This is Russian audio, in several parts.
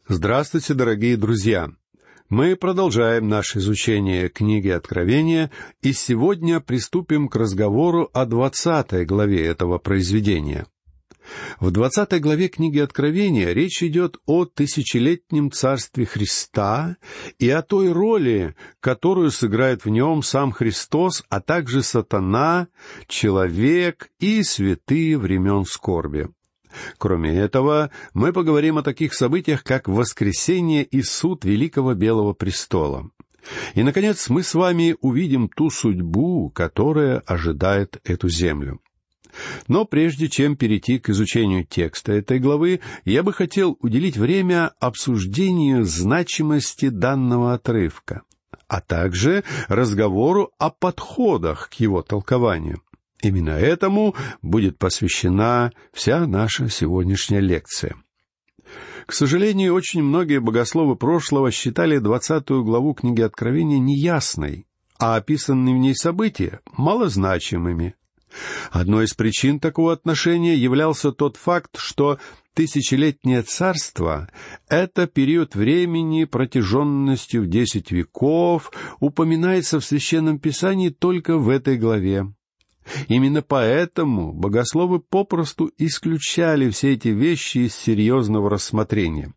Здравствуйте, дорогие друзья! Мы продолжаем наше изучение книги Откровения, и сегодня приступим к разговору о 20 главе этого произведения. В 20 главе книги Откровения речь идет о тысячелетнем царстве Христа и о той роли, которую сыграет в нем сам Христос, а также сатана, человек и святые времен скорби. Кроме этого, мы поговорим о таких событиях, как воскресение и суд Великого Белого Престола. И, наконец, мы с вами увидим ту судьбу, которая ожидает эту землю. Но прежде чем перейти к изучению текста этой главы, я бы хотел уделить время обсуждению значимости данного отрывка, а также разговору о подходах к его толкованию. Именно этому будет посвящена вся наша сегодняшняя лекция. К сожалению, очень многие богословы прошлого считали 20 главу книги Откровения неясной, а описанные в ней события малозначимыми. Одной из причин такого отношения являлся тот факт, что тысячелетнее царство — это период времени протяженностью в 10 веков, упоминается в Священном Писании только в этой главе. Именно поэтому богословы попросту исключали все эти вещи из серьезного рассмотрения.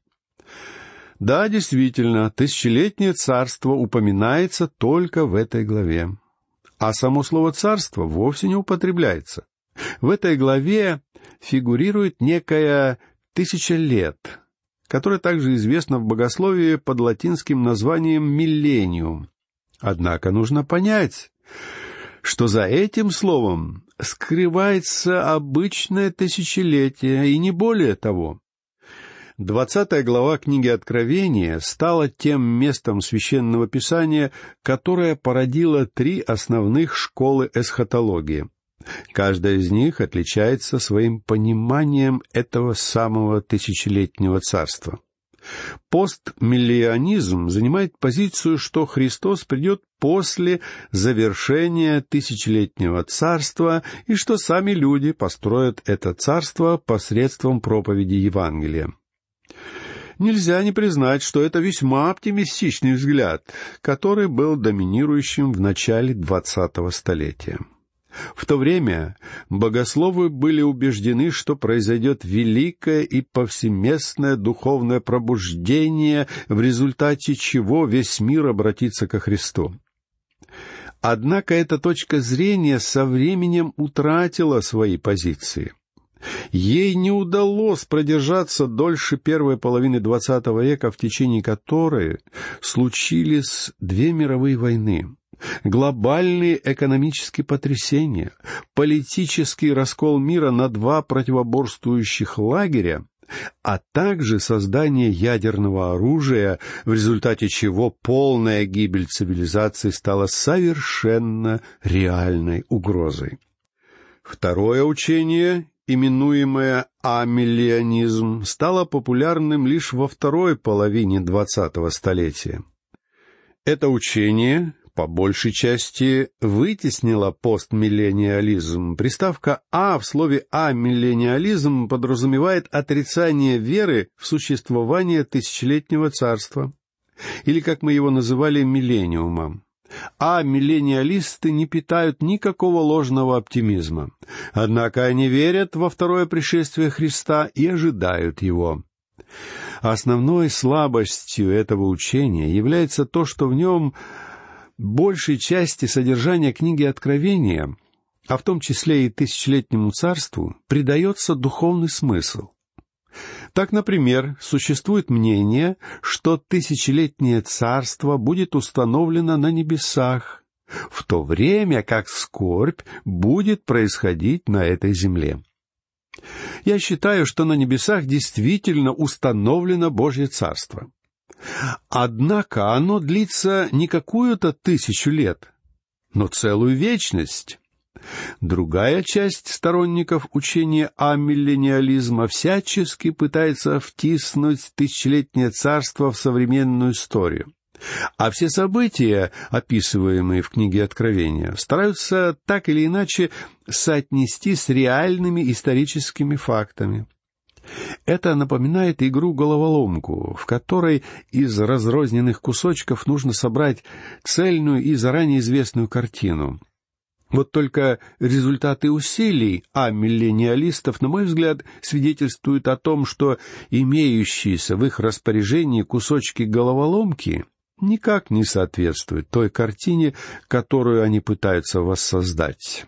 Да, действительно, тысячелетнее царство упоминается только в этой главе, а само слово «царство» вовсе не употребляется. В этой главе фигурирует некая 1000 лет, которая также известна в богословии под латинским названием «миллениум». Однако нужно понять, что за этим словом скрывается обычное тысячелетие, и не более того. 20 глава книги Откровения стала тем местом Священного Писания, которое породило 3 основных школы эсхатологии. Каждая из них отличается своим пониманием этого самого тысячелетнего царства. Постмилленианизм занимает позицию, что Христос придет после завершения тысячелетнего царства и что сами люди построят это царство посредством проповеди Евангелия. Нельзя не признать, что это весьма оптимистичный взгляд, который был доминирующим в начале 20-го столетия. В то время богословы были убеждены, что произойдет великое и повсеместное духовное пробуждение, в результате чего весь мир обратится ко Христу. Однако эта точка зрения со временем утратила свои позиции. Ей не удалось продержаться дольше первой половины XX века, в течение которой случились 2 мировые войны, глобальные экономические потрясения, политический раскол мира на 2 противоборствующих лагеря, а также создание ядерного оружия, в результате чего полная гибель цивилизации стала совершенно реальной угрозой. Второе учение, именуемое амиллионизм, стало популярным лишь во второй половине 20-го столетия. Это учение по большей части вытеснила постмиллениализм. Приставка «а» в слове «амиллениализм» подразумевает отрицание веры в существование тысячелетнего царства, или, как мы его называли, миллениума. А миллениалисты не питают никакого ложного оптимизма. Однако они верят во второе пришествие Христа и ожидают его. Основной слабостью этого учения является то, что в нем большей части содержания книги Откровения, а в том числе и тысячелетнему царству, придается духовный смысл. Так, например, существует мнение, что тысячелетнее царство будет установлено на небесах, в то время как скорбь будет происходить на этой земле. Я считаю, что на небесах действительно установлено Божье царство. Однако оно длится не какую-то 1000 лет, но целую вечность. Другая часть сторонников учения амиллениализма всячески пытается втиснуть тысячелетнее царство в современную историю. А все события, описываемые в книге Откровения, стараются так или иначе соотнести с реальными историческими фактами. Это напоминает игру-головоломку, в которой из разрозненных кусочков нужно собрать цельную и заранее известную картину. Вот только результаты усилий миллениалистов, на мой взгляд, свидетельствуют о том, что имеющиеся в их распоряжении кусочки головоломки никак не соответствуют той картине, которую они пытаются воссоздать.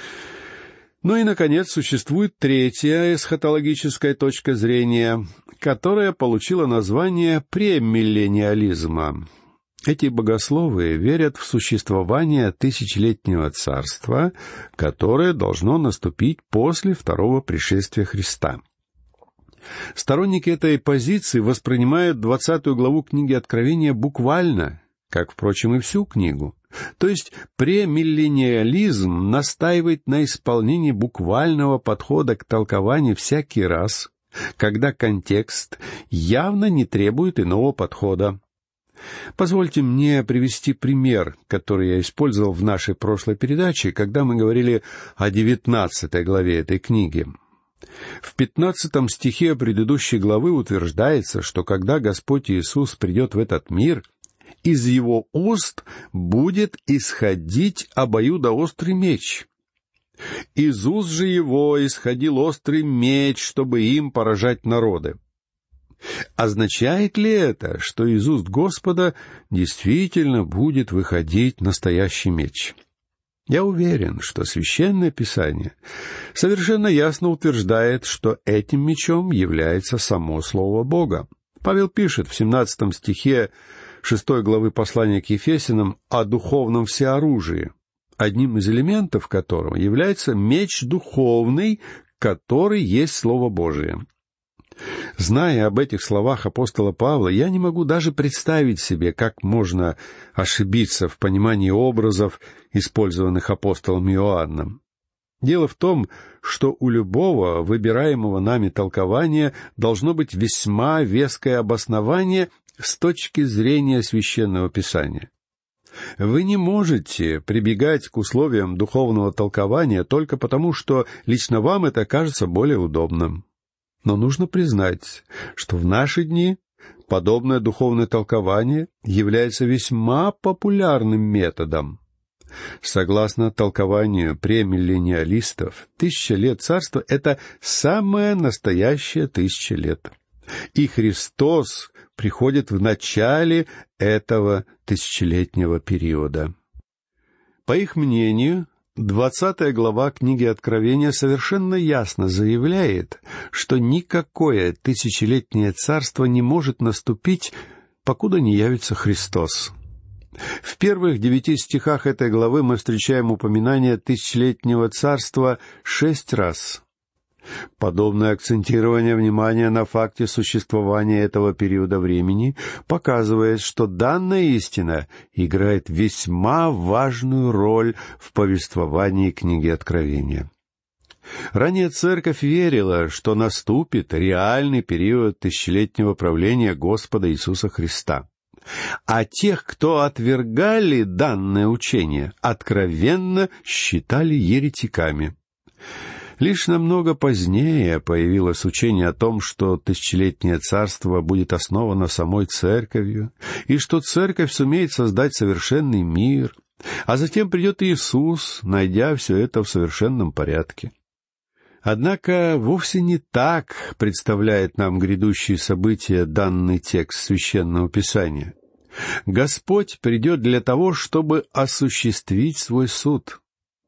Ну и, наконец, существует третья эсхатологическая точка зрения, которая получила название премиллениализма. Эти богословы верят в существование тысячелетнего царства, которое должно наступить после второго пришествия Христа. Сторонники этой позиции воспринимают 20 главу книги Откровения буквально, как, впрочем, и всю книгу. То есть премиллениализм настаивает на исполнении буквального подхода к толкованию всякий раз, когда контекст явно не требует иного подхода. Позвольте мне привести пример, который я использовал в нашей прошлой передаче, когда мы говорили о 19 главе этой книги. В 15 стихе предыдущей главы утверждается, что когда Господь Иисус придет в этот мир, из Его уст будет исходить обоюдоострый меч. Из уст же Его исходил острый меч, чтобы им поражать народы. Означает ли это, что из уст Господа действительно будет выходить настоящий меч? Я уверен, что Священное Писание совершенно ясно утверждает, что этим мечом является само Слово Бога. Павел пишет в 17 стихе 6 главы послания к Ефесянам о духовном всеоружии, одним из элементов которого является меч духовный, который есть Слово Божие. Зная об этих словах апостола Павла, я не могу даже представить себе, как можно ошибиться в понимании образов, использованных апостолом Иоанном. Дело в том, что у любого выбираемого нами толкования должно быть весьма веское обоснование с точки зрения Священного Писания. Вы не можете прибегать к условиям духовного толкования только потому, что лично вам это кажется более удобным. Но нужно признать, что в наши дни подобное духовное толкование является весьма популярным методом. Согласно толкованию премиллениалистов, 1000 лет царства — это самая настоящая 1000 лет. И Христос приходит в начале этого тысячелетнего периода. По их мнению, 20 глава книги Откровения совершенно ясно заявляет, что никакое тысячелетнее царство не может наступить, покуда не явится Христос. В первых 9 стихах этой главы мы встречаем упоминание тысячелетнего царства 6 раз. Подобное акцентирование внимания на факте существования этого периода времени показывает, что данная истина играет весьма важную роль в повествовании книги Откровения. Ранее Церковь верила, что наступит реальный период тысячелетнего правления Господа Иисуса Христа. А тех, кто отвергали данное учение, откровенно считали еретиками. Лишь намного позднее появилось учение о том, что тысячелетнее царство будет основано самой Церковью, и что Церковь сумеет создать совершенный мир, а затем придет Иисус, найдя все это в совершенном порядке. Однако вовсе не так представляет нам грядущие события данный текст Священного Писания. Господь придет для того, чтобы осуществить свой суд.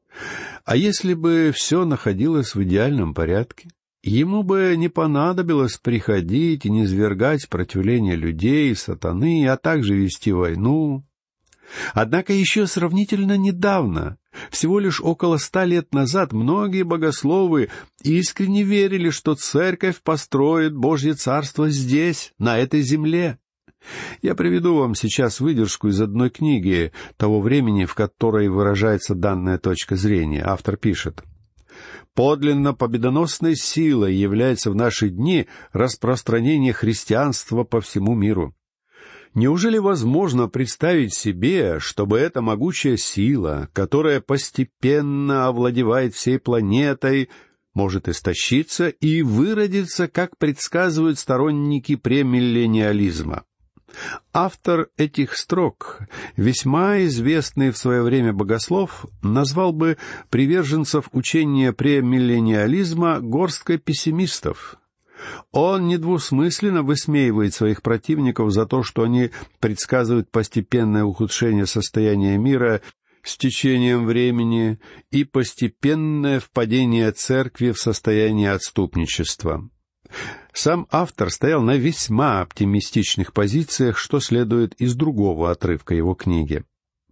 А если бы все находилось в идеальном порядке, ему бы не понадобилось приходить и низвергать противление людей, сатаны, а также вести войну. Однако еще сравнительно недавно, всего лишь около 100 лет назад, многие богословы искренне верили, что Церковь построит Божье Царство здесь, на этой земле. Я приведу вам сейчас выдержку из одной книги того времени, в которой выражается данная точка зрения. Автор пишет: «Подлинно победоносной силой является в наши дни распространение христианства по всему миру. Неужели возможно представить себе, чтобы эта могучая сила, которая постепенно овладевает всей планетой, может истощиться и выродиться, как предсказывают сторонники премиллениализма. Автор этих строк, весьма известный в свое время богослов, назвал бы приверженцев учения премиллениализма горсткой пессимистов. Он недвусмысленно высмеивает своих противников за то, что они предсказывают постепенное ухудшение состояния мира с течением времени и постепенное впадение церкви в состояние отступничества. Сам автор стоял на весьма оптимистичных позициях, что следует из другого отрывка его книги.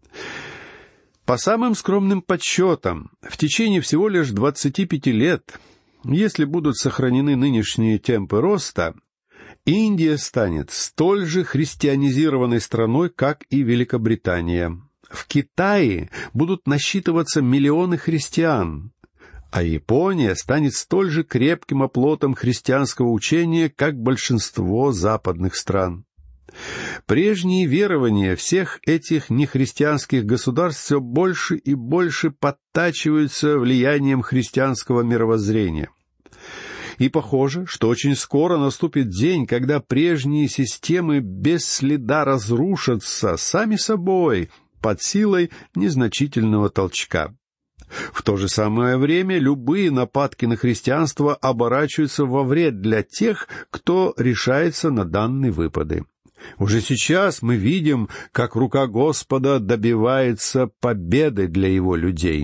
По самым скромным подсчетам, в течение всего лишь 25 лет, если будут сохранены нынешние темпы роста, Индия станет столь же христианизированной страной, как и Великобритания. В Китае будут насчитываться миллионы христиан, а Япония станет столь же крепким оплотом христианского учения, как большинство западных стран. Прежние верования всех этих нехристианских государств все больше и больше подтачиваются влиянием христианского мировоззрения. И похоже, что очень скоро наступит день, когда прежние системы без следа разрушатся сами собой под силой незначительного толчка. В то же самое время любые нападки на христианство оборачиваются во вред для тех, кто решается на данные выпады. Уже сейчас мы видим, как рука Господа добивается победы для Его людей.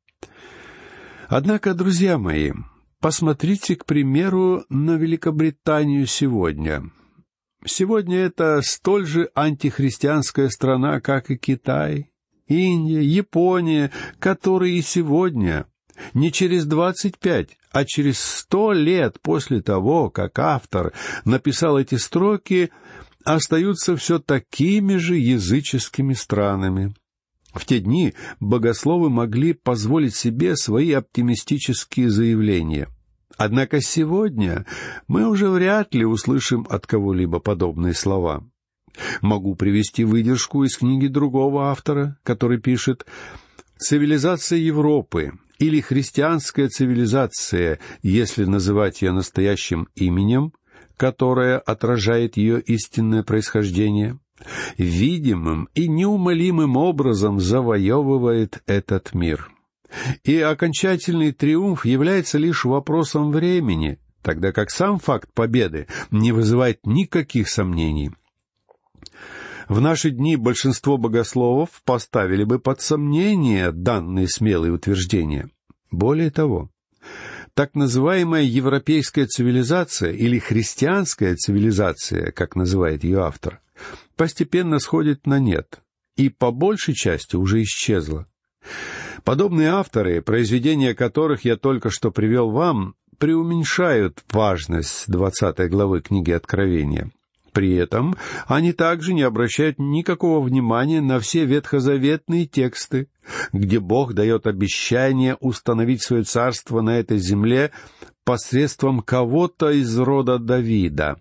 Однако, друзья мои, посмотрите, к примеру, на Великобританию сегодня. Сегодня это столь же антихристианская страна, как и Китай, Индия, Япония, которые и сегодня, не через 25, а через 100 лет после того, как автор написал эти строки, остаются все такими же языческими странами. В те дни богословы могли позволить себе свои оптимистические заявления. Однако сегодня мы уже вряд ли услышим от кого-либо подобные слова. Могу привести выдержку из книги другого автора, который пишет: «Цивилизация Европы, или христианская цивилизация, если называть ее настоящим именем, которое отражает ее истинное происхождение, видимым и неумолимым образом завоевывает этот мир. И окончательный триумф является лишь вопросом времени, тогда как сам факт победы не вызывает никаких сомнений». В наши дни большинство богословов поставили бы под сомнение данные смелые утверждения. Более того, так называемая европейская цивилизация или христианская цивилизация, как называет ее автор, постепенно сходит на нет и по большей части уже исчезла. Подобные авторы, произведения которых я только что привел вам, преуменьшают важность 20 главы книги Откровения. При этом они также не обращают никакого внимания на все ветхозаветные тексты, где Бог дает обещание установить свое царство на этой земле посредством кого-то из рода Давида.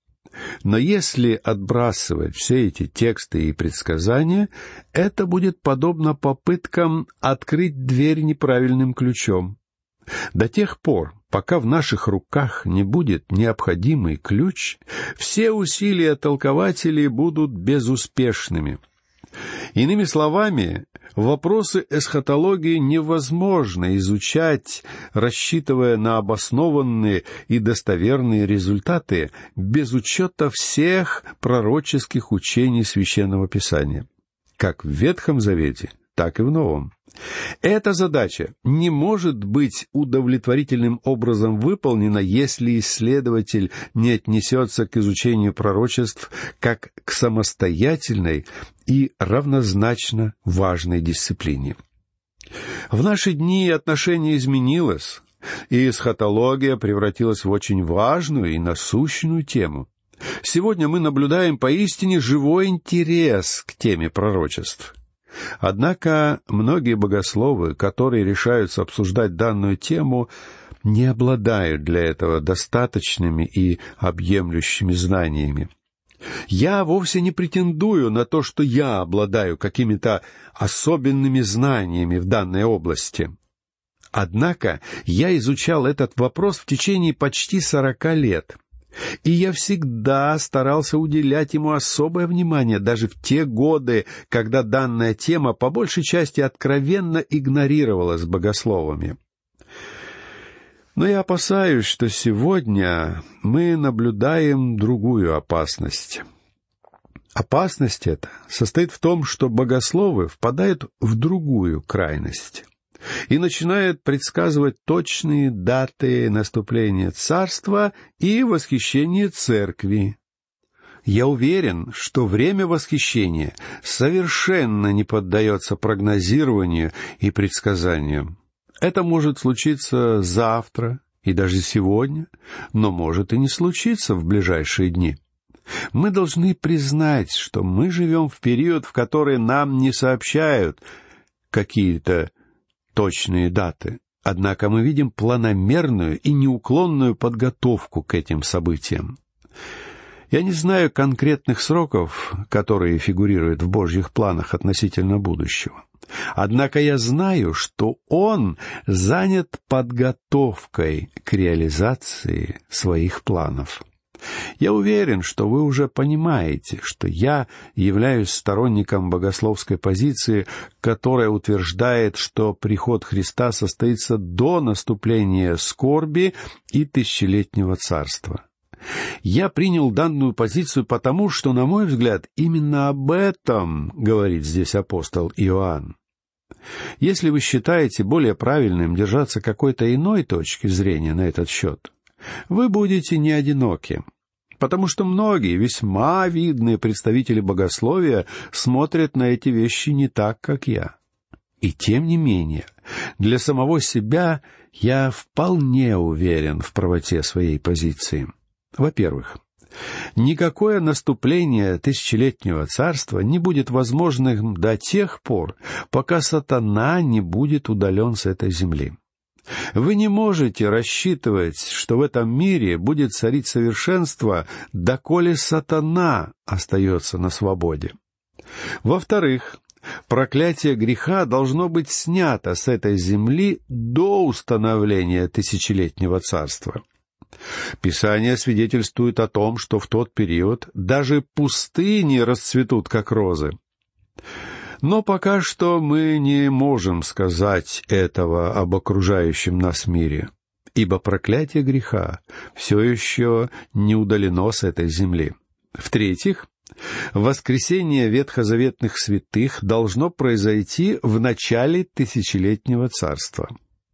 Но если отбрасывать все эти тексты и предсказания, это будет подобно попыткам открыть дверь неправильным ключом. До тех пор, пока в наших руках не будет необходимый ключ, все усилия толкователей будут безуспешными. Иными словами, вопросы эсхатологии невозможно изучать, рассчитывая на обоснованные и достоверные результаты, без учета всех пророческих учений Священного Писания, как в Ветхом Завете, так и в Новом. Эта задача не может быть удовлетворительным образом выполнена, если исследователь не отнесется к изучению пророчеств как к самостоятельной и равнозначно важной дисциплине. В наши дни отношение изменилось, и эсхатология превратилась в очень важную и насущную тему. Сегодня мы наблюдаем поистине живой интерес к теме пророчеств. Однако многие богословы, которые решаются обсуждать данную тему, не обладают для этого достаточными и объемлющими знаниями. Я вовсе не претендую на то, что я обладаю какими-то особенными знаниями в данной области. Однако я изучал этот вопрос в течение почти 40 лет, и я всегда старался уделять ему особое внимание, даже в те годы, когда данная тема по большей части откровенно игнорировалась богословами. Но я опасаюсь, что сегодня мы наблюдаем другую опасность. Опасность эта состоит в том, что богословы впадают в другую крайность и начинают предсказывать точные даты наступления царства и восхищения церкви. Я уверен, что время восхищения совершенно не поддается прогнозированию и предсказаниям. Это может случиться завтра и даже сегодня, но может и не случиться в ближайшие дни. Мы должны признать, что мы живем в период, в который нам не сообщают какие-то точные даты. Однако мы видим планомерную и неуклонную подготовку к этим событиям. Я не знаю конкретных сроков, которые фигурируют в Божьих планах относительно будущего. Однако я знаю, что Он занят подготовкой к реализации своих планов. Я уверен, что вы уже понимаете, что я являюсь сторонником богословской позиции, которая утверждает, что приход Христа состоится до наступления скорби и тысячелетнего царства. Я принял данную позицию потому, что, на мой взгляд, именно об этом говорит здесь апостол Иоанн. Если вы считаете более правильным держаться какой-то иной точки зрения на этот счет, вы будете не одиноки, потому что многие весьма видные представители богословия смотрят на эти вещи не так, как я. И тем не менее, для самого себя я вполне уверен в правоте своей позиции. Во-первых, никакое наступление тысячелетнего царства не будет возможным до тех пор, пока сатана не будет удален с этой земли. Вы не можете рассчитывать, что в этом мире будет царить совершенство, доколе сатана остается на свободе. Во-вторых, проклятие греха должно быть снято с этой земли до установления тысячелетнего царства. Писание свидетельствует о том, что в тот период даже пустыни расцветут, как розы. Но пока что мы не можем сказать этого об окружающем нас мире, ибо проклятие греха все еще не удалено с этой земли. В-третьих, воскресение ветхозаветных святых должно произойти в начале тысячелетнего царства.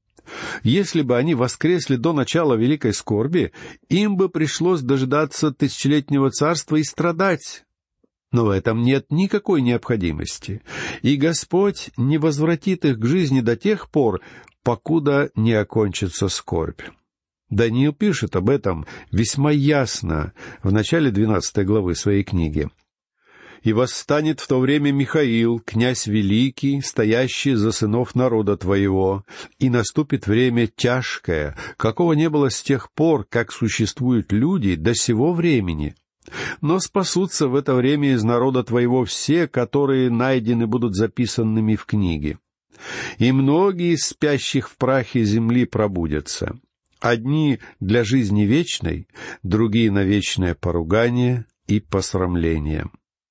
Если бы они воскресли до начала великой скорби, им бы пришлось дожидаться тысячелетнего царства и страдать. Но в этом нет никакой необходимости, и Господь не возвратит их к жизни до тех пор, покуда не окончится скорбь. Даниил пишет об этом весьма ясно в начале 12 главы своей книги. «И восстанет в то время Михаил, князь великий, стоящий за сынов народа твоего, и наступит время тяжкое, какого не было с тех пор, как существуют люди до сего времени. Но спасутся в это время из народа твоего все, которые найдены будут записанными в книге. И многие из спящих в прахе земли пробудятся. Одни для жизни вечной, другие на вечное поругание и посрамление».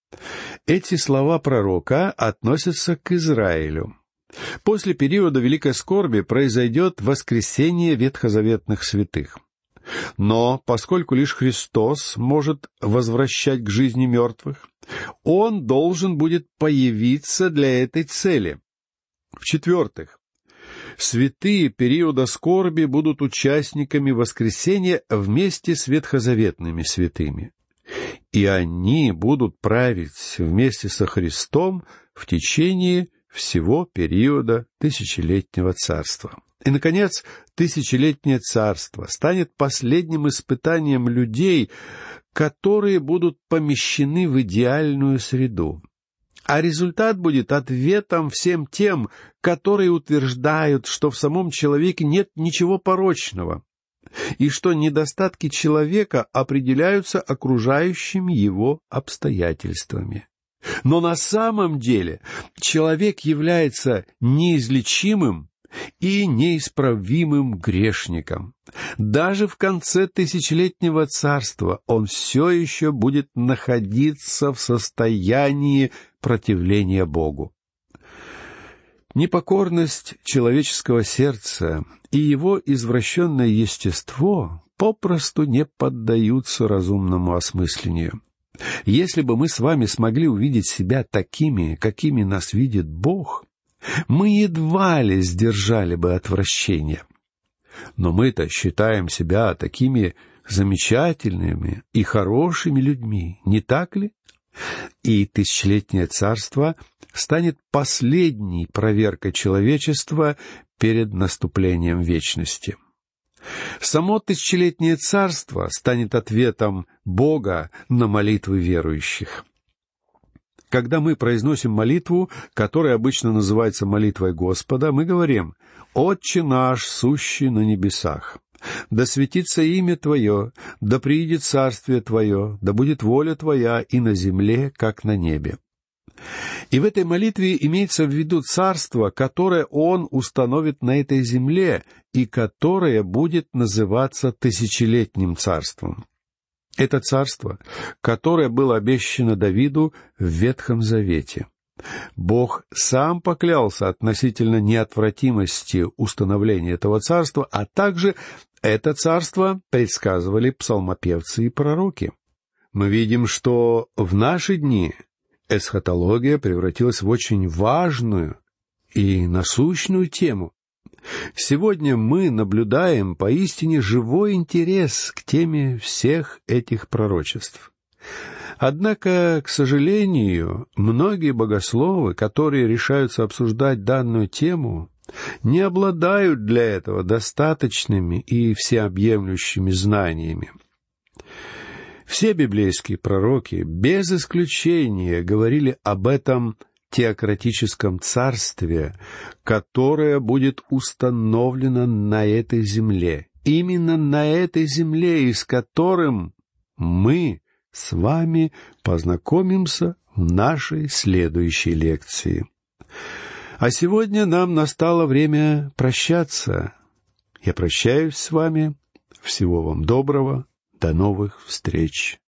Эти слова пророка относятся к Израилю. После периода великой скорби произойдет воскресение ветхозаветных святых. Но поскольку лишь Христос может возвращать к жизни мертвых, Он должен будет появиться для этой цели. В-четвертых, святые периода скорби будут участниками воскресения вместе с ветхозаветными святыми. И они будут править вместе со Христом в течение всего периода тысячелетнего царства. И, наконец, тысячелетнее царство станет последним испытанием людей, которые будут помещены в идеальную среду. А результат будет ответом всем тем, которые утверждают, что в самом человеке нет ничего порочного, и что недостатки человека определяются окружающими его обстоятельствами. Но на самом деле человек является неизлечимым и неисправимым грешником. Даже в конце тысячелетнего царства он все еще будет находиться в состоянии противления Богу. Непокорность человеческого сердца и его извращенное естество попросту не поддаются разумному осмыслению. Если бы мы с вами смогли увидеть себя такими, какими нас видит Бог, мы едва ли сдержали бы отвращение. Но мы-то считаем себя такими замечательными и хорошими людьми, не так ли? И тысячелетнее царство станет последней проверкой человечества перед наступлением вечности. Само тысячелетнее царство станет ответом Бога на молитвы верующих. Когда мы произносим молитву, которая обычно называется молитвой Господа, мы говорим: «Отче наш, сущий на небесах, да светится имя Твое, да приидет царствие Твое, да будет воля Твоя и на земле, как на небе». И в этой молитве имеется в виду царство, которое Он установит на этой земле и которое будет называться тысячелетним царством. Это царство, которое было обещано Давиду в Ветхом Завете. Бог сам поклялся относительно неотвратимости установления этого царства, а также это царство предсказывали псалмопевцы и пророки. Мы видим, что в наши дни эсхатология превратилась в очень важную и насущную тему. Сегодня мы наблюдаем поистине живой интерес к теме всех этих пророчеств. Однако, к сожалению, многие богословы, которые решаются обсуждать данную тему, не обладают для этого достаточными и всеобъемлющими знаниями. Все библейские пророки, без исключения, говорили об этом теократическом царстве, которое будет установлено на этой земле, именно на этой земле, и с которым мы с вами познакомимся в нашей следующей лекции. А сегодня нам настало время прощаться. Я прощаюсь с вами. Всего вам доброго. До новых встреч.